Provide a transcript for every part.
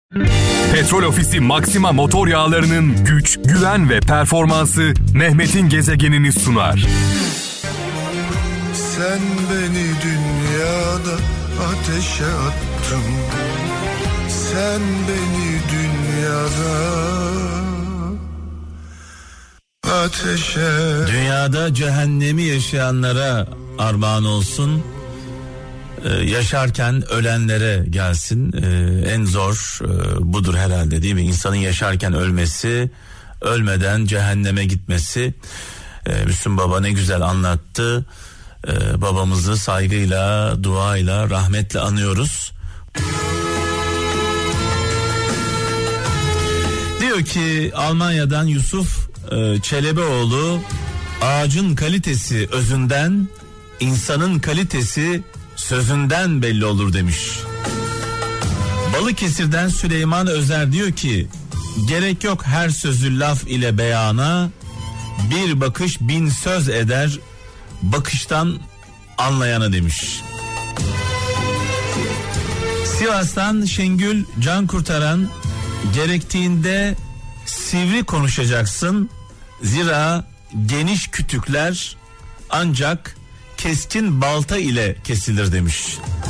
Petrol Ofisi Maxima motor yağlarının güç, güven ve performansı Mehmet'in gezegenini sunar. Sen beni dünyada ateşe attın. Sen beni dünyada ateşe. Dünyada cehennemi yaşayanlara armağan olsun. Yaşarken ölenlere gelsin. En zor budur herhalde, değil mi? İnsanın yaşarken ölmesi, ölmeden cehenneme gitmesi. Müslüm Baba ne güzel anlattı. Babamızı saygıyla, duayla, rahmetle anıyoruz. Diyor ki Almanya'dan Yusuf Çelebioğlu, ağacın kalitesi özünden, insanın kalitesi sözünden belli olur demiş. Balıkesir'den Süleyman Özer diyor ki gerek yok her sözü laf ile beyana, bir bakış bin söz eder bakıştan anlayana demiş. Sivas'tan Şengül Can Kurtaran, gerektiğinde sivri konuşacaksın, zira geniş kütükler ancak keskin balta ile kesilir demiş.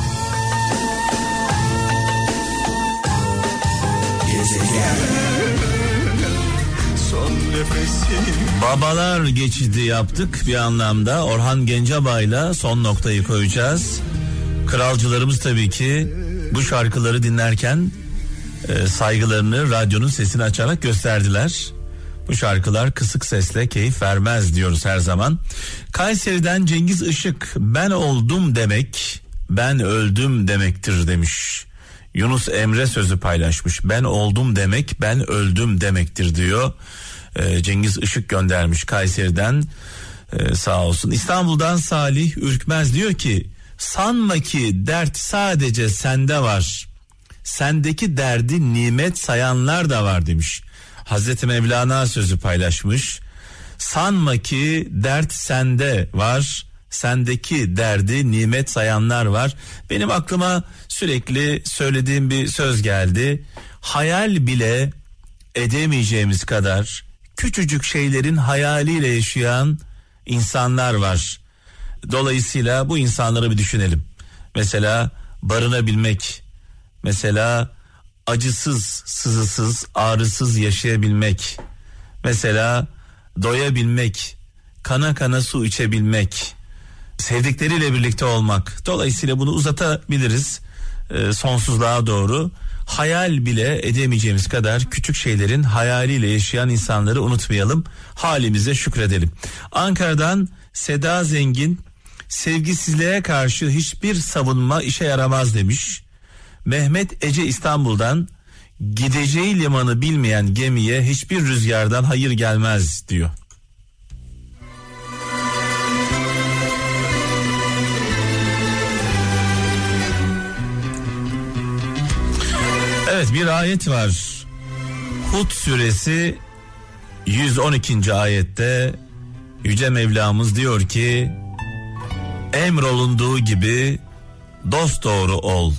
Babalar geçidi yaptık bir anlamda. Orhan Gencebay'la son noktayı koyacağız. Kralcılarımız tabii ki bu şarkıları dinlerken saygılarını radyonun sesini açarak gösterdiler. Bu şarkılar kısık sesle keyif vermez diyoruz her zaman. Kayseri'den Cengiz Işık, ben oldum demek, ben öldüm demektir demiş. Yunus Emre sözü paylaşmış. Ben oldum demek, ben öldüm demektir diyor. Cengiz Işık göndermiş Kayseri'den. Sağ olsun. İstanbul'dan Salih Ürkmez diyor ki sanma ki dert sadece sende var. Sendeki derdi nimet sayanlar da var demiş. Hazreti Mevlana sözü paylaşmış. Sanma ki dert sende var, sendeki derdi nimet sayanlar var. Benim aklıma sürekli söylediğim bir söz geldi. Hayal bile edemeyeceğimiz kadar küçücük şeylerin hayaliyle yaşayan insanlar var. Dolayısıyla bu insanları bir düşünelim. Mesela barınabilmek, mesela acısız, sızısız, ağrısız yaşayabilmek, mesela doyabilmek, kana kana su içebilmek, sevdikleriyle birlikte olmak. Dolayısıyla bunu uzatabiliriz sonsuzluğa doğru. Hayal bile edemeyeceğimiz kadar küçük şeylerin hayaliyle yaşayan insanları unutmayalım. Halimize şükredelim. Ankara'dan Seda Zengin, sevgisizliğe karşı hiçbir savunma işe yaramaz demiş. Mehmet Ece İstanbul'dan, gideceği limanı bilmeyen gemiye hiçbir rüzgardan hayır gelmez diyor. Evet, bir ayet var. Hud suresi 112. ayette Yüce Mevlamız diyor ki emrolunduğu gibi dosdoğru ol.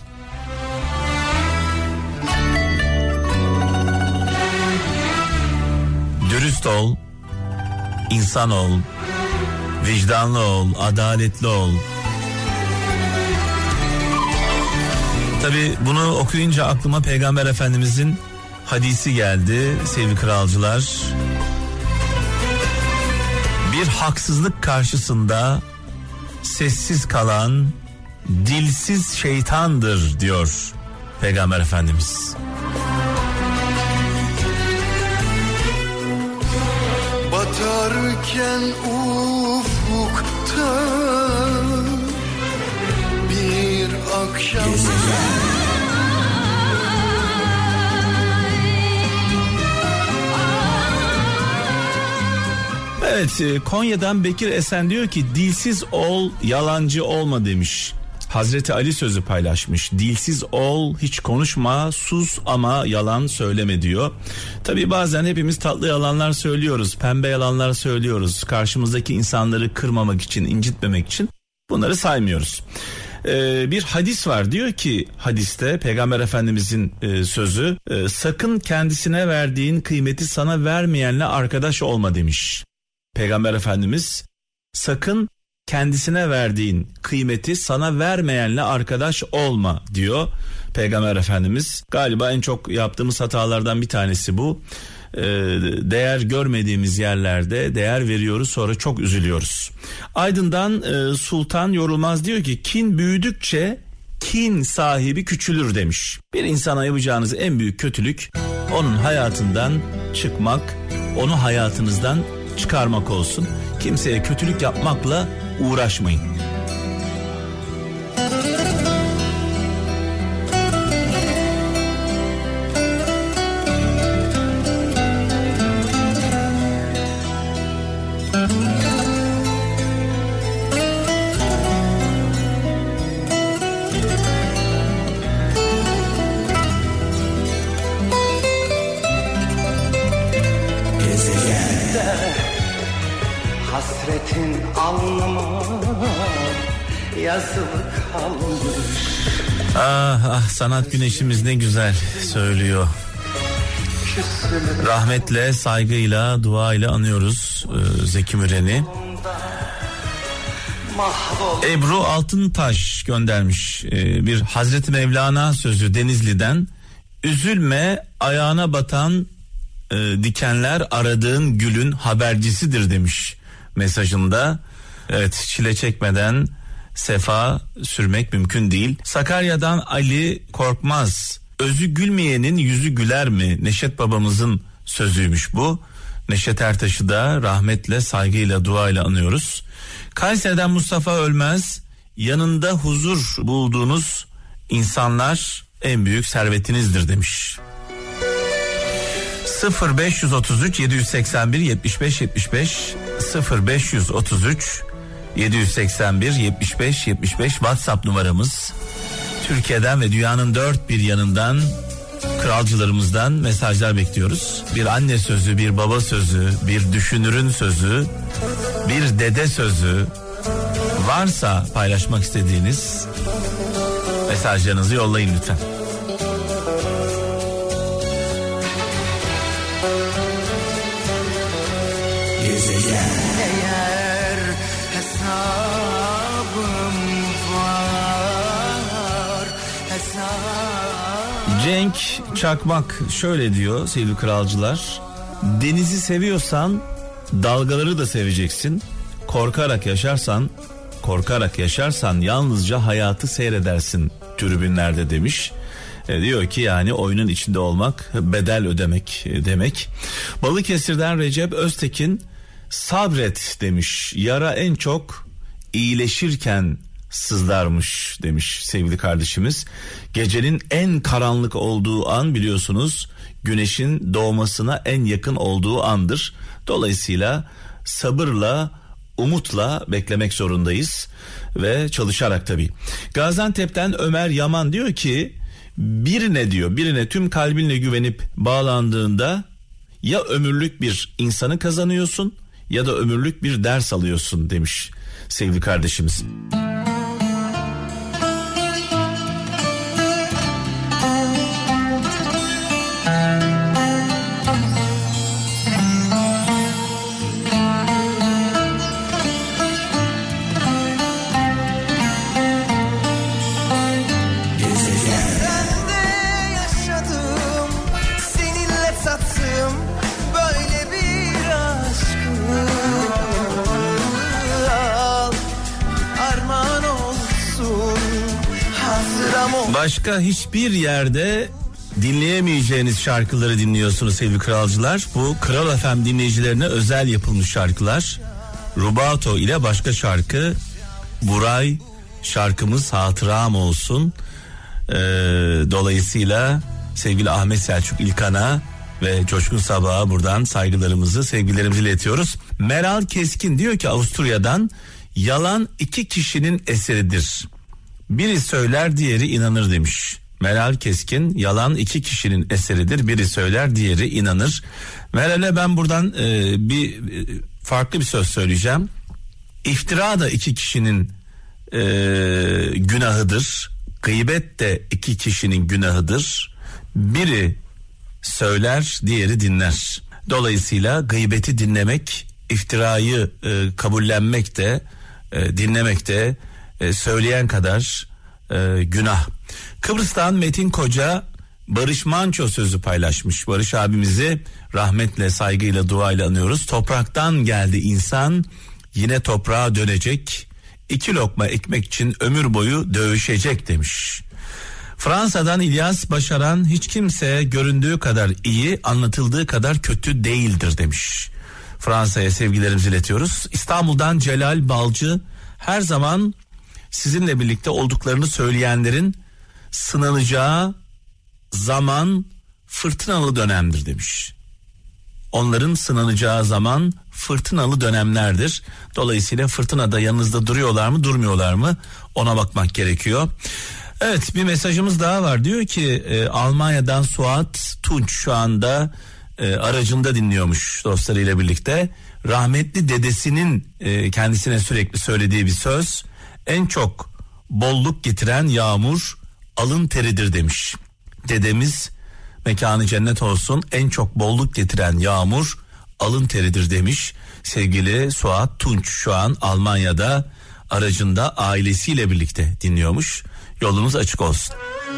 Dürüst ol, insan ol, vicdanlı ol, adaletli ol. Tabii bunu okuyunca aklıma Peygamber Efendimizin hadisi geldi sevgili kralcılar. Bir haksızlık karşısında sessiz kalan dilsiz şeytandır diyor Peygamber Efendimiz. Batarken ufukta bir akşam Evet, Konya'dan Bekir Esen diyor ki dilsiz ol, yalancı olma demiş. Hazreti Ali sözü paylaşmış. Dilsiz ol, hiç konuşma, sus ama yalan söyleme diyor. Tabii bazen hepimiz tatlı yalanlar söylüyoruz, pembe yalanlar söylüyoruz. Karşımızdaki insanları kırmamak için, incitmemek için bunları saymıyoruz. Bir hadis var, diyor ki hadiste Peygamber Efendimizin sözü, sakın kendisine verdiğin kıymeti sana vermeyenle arkadaş olma demiş. Peygamber Efendimiz sakın kendisine verdiğin kıymeti sana vermeyenle arkadaş olma diyor Peygamber Efendimiz. Galiba en çok yaptığımız hatalardan bir tanesi bu. Değer görmediğimiz yerlerde değer veriyoruz, sonra çok üzülüyoruz. Aydın'dan Sultan Yorulmaz diyor ki kin büyüdükçe kin sahibi küçülür demiş. Bir insana yapacağınız en büyük kötülük onun hayatından çıkmak, onu hayatınızdan çıkarmak olsun. Kimseye kötülük yapmakla uğraşmayın. Hasretin alnıma yazılı kalmış. Ah sanat güneşimiz ne güzel söylüyor. Rahmetle, saygıyla, duayla anıyoruz Zeki Müren'i. Ebru Altıntaş göndermiş bir Hazreti Mevlana sözü Denizli'den. Üzülme, ayağına batan dikenler aradığın gülün habercisidir demiş mesajında. Evet, çile çekmeden sefa sürmek mümkün değil. Sakarya'dan Ali Korkmaz, özü gülmeyenin yüzü güler mi? Neşet babamızın sözüymüş bu. Neşet Ertaş'ı da rahmetle, saygıyla, duayla anıyoruz. Kayseri'den Mustafa Ölmez, yanında huzur bulduğunuz insanlar en büyük servetinizdir demiş. 0533 781 75 75 0533 781 75 75 WhatsApp numaramız. Türkiye'den ve dünyanın dört bir yanından kralcılarımızdan mesajlar bekliyoruz. Bir anne sözü, bir baba sözü, bir düşünürün sözü, bir dede sözü varsa paylaşmak istediğiniz mesajlarınızı yollayın lütfen. Eğer hesabım var, Cenk Çakmak şöyle diyor sevgili kralcılar. Denizi seviyorsan dalgaları da seveceksin. Korkarak yaşarsan yalnızca hayatı seyredersin tribünlerde demiş. Diyor ki yani oyunun içinde olmak bedel ödemek demek. Balıkesir'den Recep Öztekin sabret demiş. Yara en çok iyileşirken sızlarmış demiş sevgili kardeşimiz. Gecenin en karanlık olduğu an biliyorsunuz güneşin doğmasına en yakın olduğu andır. Dolayısıyla sabırla, umutla beklemek zorundayız ve çalışarak tabii. Gaziantep'ten Ömer Yaman diyor ki birine tüm kalbinle güvenip bağlandığında ya ömürlük bir insanı kazanıyorsun ya da ömürlük bir ders alıyorsun demiş sevgili kardeşimiz. Başka hiçbir yerde dinleyemeyeceğiniz şarkıları dinliyorsunuz sevgili kralcılar. Bu Kral FM dinleyicilerine özel yapılmış şarkılar. Rubato ile başka şarkı Buray şarkımız hatıram olsun. Dolayısıyla sevgili Ahmet Selçuk İlkan'a ve Coşkun Sabah'a buradan saygılarımızı, sevgilerimizi iletiyoruz. Meral Keskin diyor ki Avusturya'dan yalan iki kişinin eseridir. Biri söyler diğeri inanır demiş. Meral Keskin, yalan iki kişinin eseridir. Biri söyler diğeri inanır. Meral'e ben buradan farklı bir söz söyleyeceğim. İftira da iki kişinin günahıdır. Gıybet de 2 kişinin günahıdır. Biri söyler, diğeri dinler. Dolayısıyla gıybeti dinlemek, iftirayı kabullenmek de, dinlemek de söyleyen kadar günah. Kıbrıs'tan Metin Koca Barış Manço sözü paylaşmış. Barış abimizi rahmetle, saygıyla, duayla anıyoruz. Topraktan geldi insan, yine toprağa dönecek. 2 lokma ekmek için ömür boyu dövüşecek demiş. Fransa'dan İlyas Başaran, hiç kimse göründüğü kadar iyi, anlatıldığı kadar kötü değildir demiş. Fransa'ya sevgilerimizi iletiyoruz. İstanbul'dan Celal Balcı, her zaman sizinle birlikte olduklarını söyleyenlerin sınanacağı zaman fırtınalı dönemdir demiş. Onların sınanacağı zaman fırtınalı dönemlerdir. Dolayısıyla fırtınada yanınızda duruyorlar mı, durmuyorlar mı, ona bakmak gerekiyor. Evet, bir mesajımız daha var. Diyor ki Almanya'dan Suat Tunç şu anda aracında dinliyormuş dostlarıyla birlikte. Rahmetli dedesinin kendisine sürekli söylediği bir söz: en çok bolluk getiren yağmur alın teridir demiş. Dedemiz, mekanı cennet olsun, en çok bolluk getiren yağmur alın teridir demiş. Sevgili Suat Tunç şu an Almanya'da aracında ailesiyle birlikte dinliyormuş. Yolunuz açık olsun.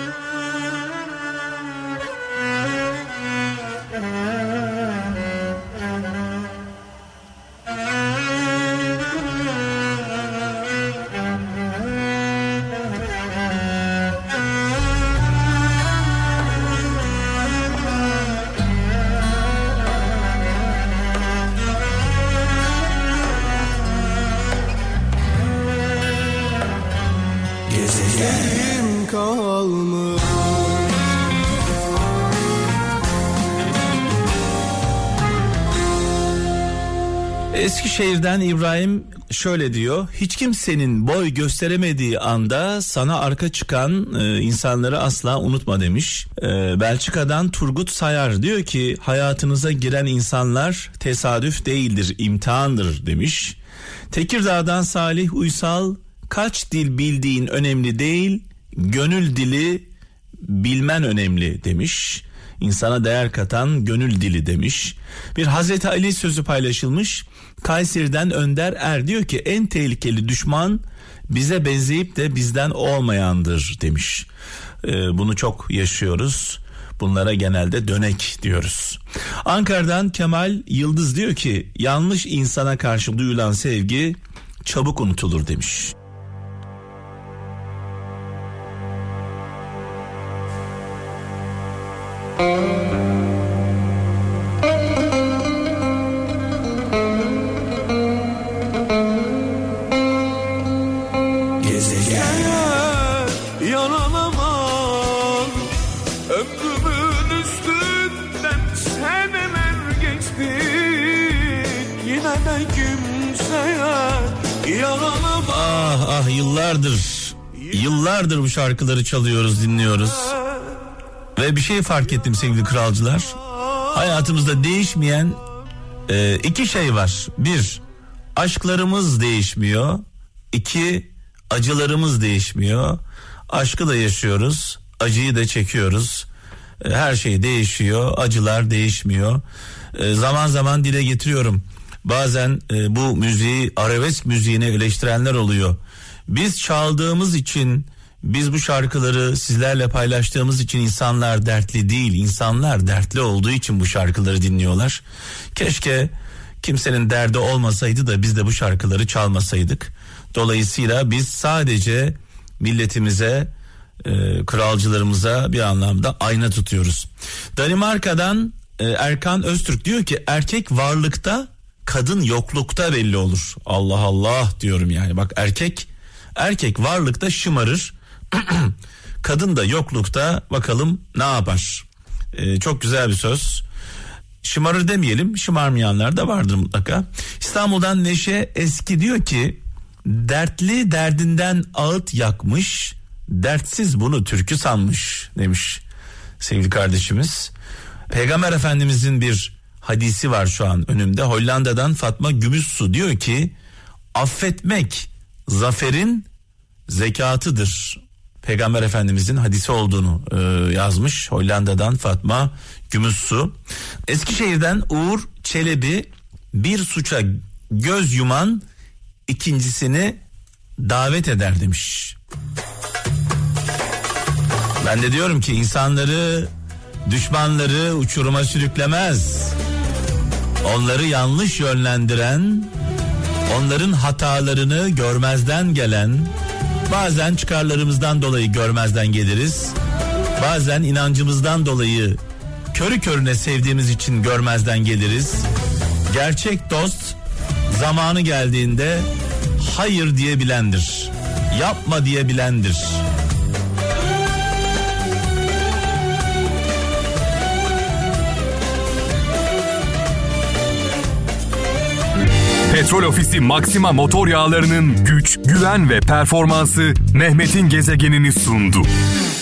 Eskişehir'den İbrahim şöyle diyor: hiç kimsenin boy gösteremediği anda sana arka çıkan insanları asla unutma demiş. Belçika'dan Turgut Sayar diyor ki hayatınıza giren insanlar tesadüf değildir, imtihandır demiş. Tekirdağ'dan Salih Uysal, kaç dil bildiğin önemli değil, gönül dili bilmen önemli demiş. İnsana değer katan gönül dili demiş. Bir Hazreti Ali sözü paylaşılmış. Kayseri'den Önder Er diyor ki en tehlikeli düşman bize benzeyip de bizden olmayandır demiş. Bunu çok yaşıyoruz. Bunlara genelde dönek diyoruz. Ankara'dan Kemal Yıldız diyor ki yanlış insana karşı duyulan sevgi çabuk unutulur demiş. Yıllardır bu şarkıları çalıyoruz, dinliyoruz. Ve bir şey fark ettim sevgili kralcılar. Hayatımızda değişmeyen 2 şey var. 1, aşklarımız değişmiyor. 2, acılarımız değişmiyor. Aşkı da yaşıyoruz, acıyı da çekiyoruz. Her şey değişiyor, acılar değişmiyor. Zaman zaman dile getiriyorum. Bazen bu müziği, arabesk müziğine eleştirenler oluyor. Biz çaldığımız için, biz bu şarkıları sizlerle paylaştığımız için insanlar dertli değil. İnsanlar dertli olduğu için bu şarkıları dinliyorlar. Keşke kimsenin derdi olmasaydı da biz de bu şarkıları çalmasaydık. Dolayısıyla biz sadece milletimize, kralcılarımıza bir anlamda ayna tutuyoruz. Danimarka'dan Erkan Öztürk diyor ki erkek varlıkta, kadın yoklukta belli olur. Allah Allah diyorum yani. Bak, erkek varlıkta şımarır. Kadın da yoklukta bakalım ne yapar. Çok güzel bir söz. Şımarır demeyelim, şımarmayanlar da vardır mutlaka. İstanbul'dan Neşe Eski diyor ki dertli derdinden ağıt yakmış, dertsiz bunu türkü sanmış demiş sevgili kardeşimiz. Peygamber Efendimizin bir hadisi var şu an önümde. Hollanda'dan Fatma Gümüşsu diyor ki affetmek zaferin, zekatıdır. Peygamber Efendimizin hadisi olduğunu yazmış. Hollanda'dan Fatma Gümüşsu. Eskişehir'den Uğur Çelebi, bir suça göz yuman ikincisini davet eder demiş. Ben de diyorum ki insanları, düşmanları uçuruma sürüklemez. Onları yanlış yönlendiren, onların hatalarını görmezden gelen, bazen çıkarlarımızdan dolayı görmezden geliriz. Bazen inancımızdan dolayı körü körüne sevdiğimiz için görmezden geliriz. Gerçek dost zamanı geldiğinde hayır diyebilendir. Yapma diyebilendir. Petrol Ofisi Maxima motor yağlarının güç, güven ve performansı Mehmet'in gezegenini sundu.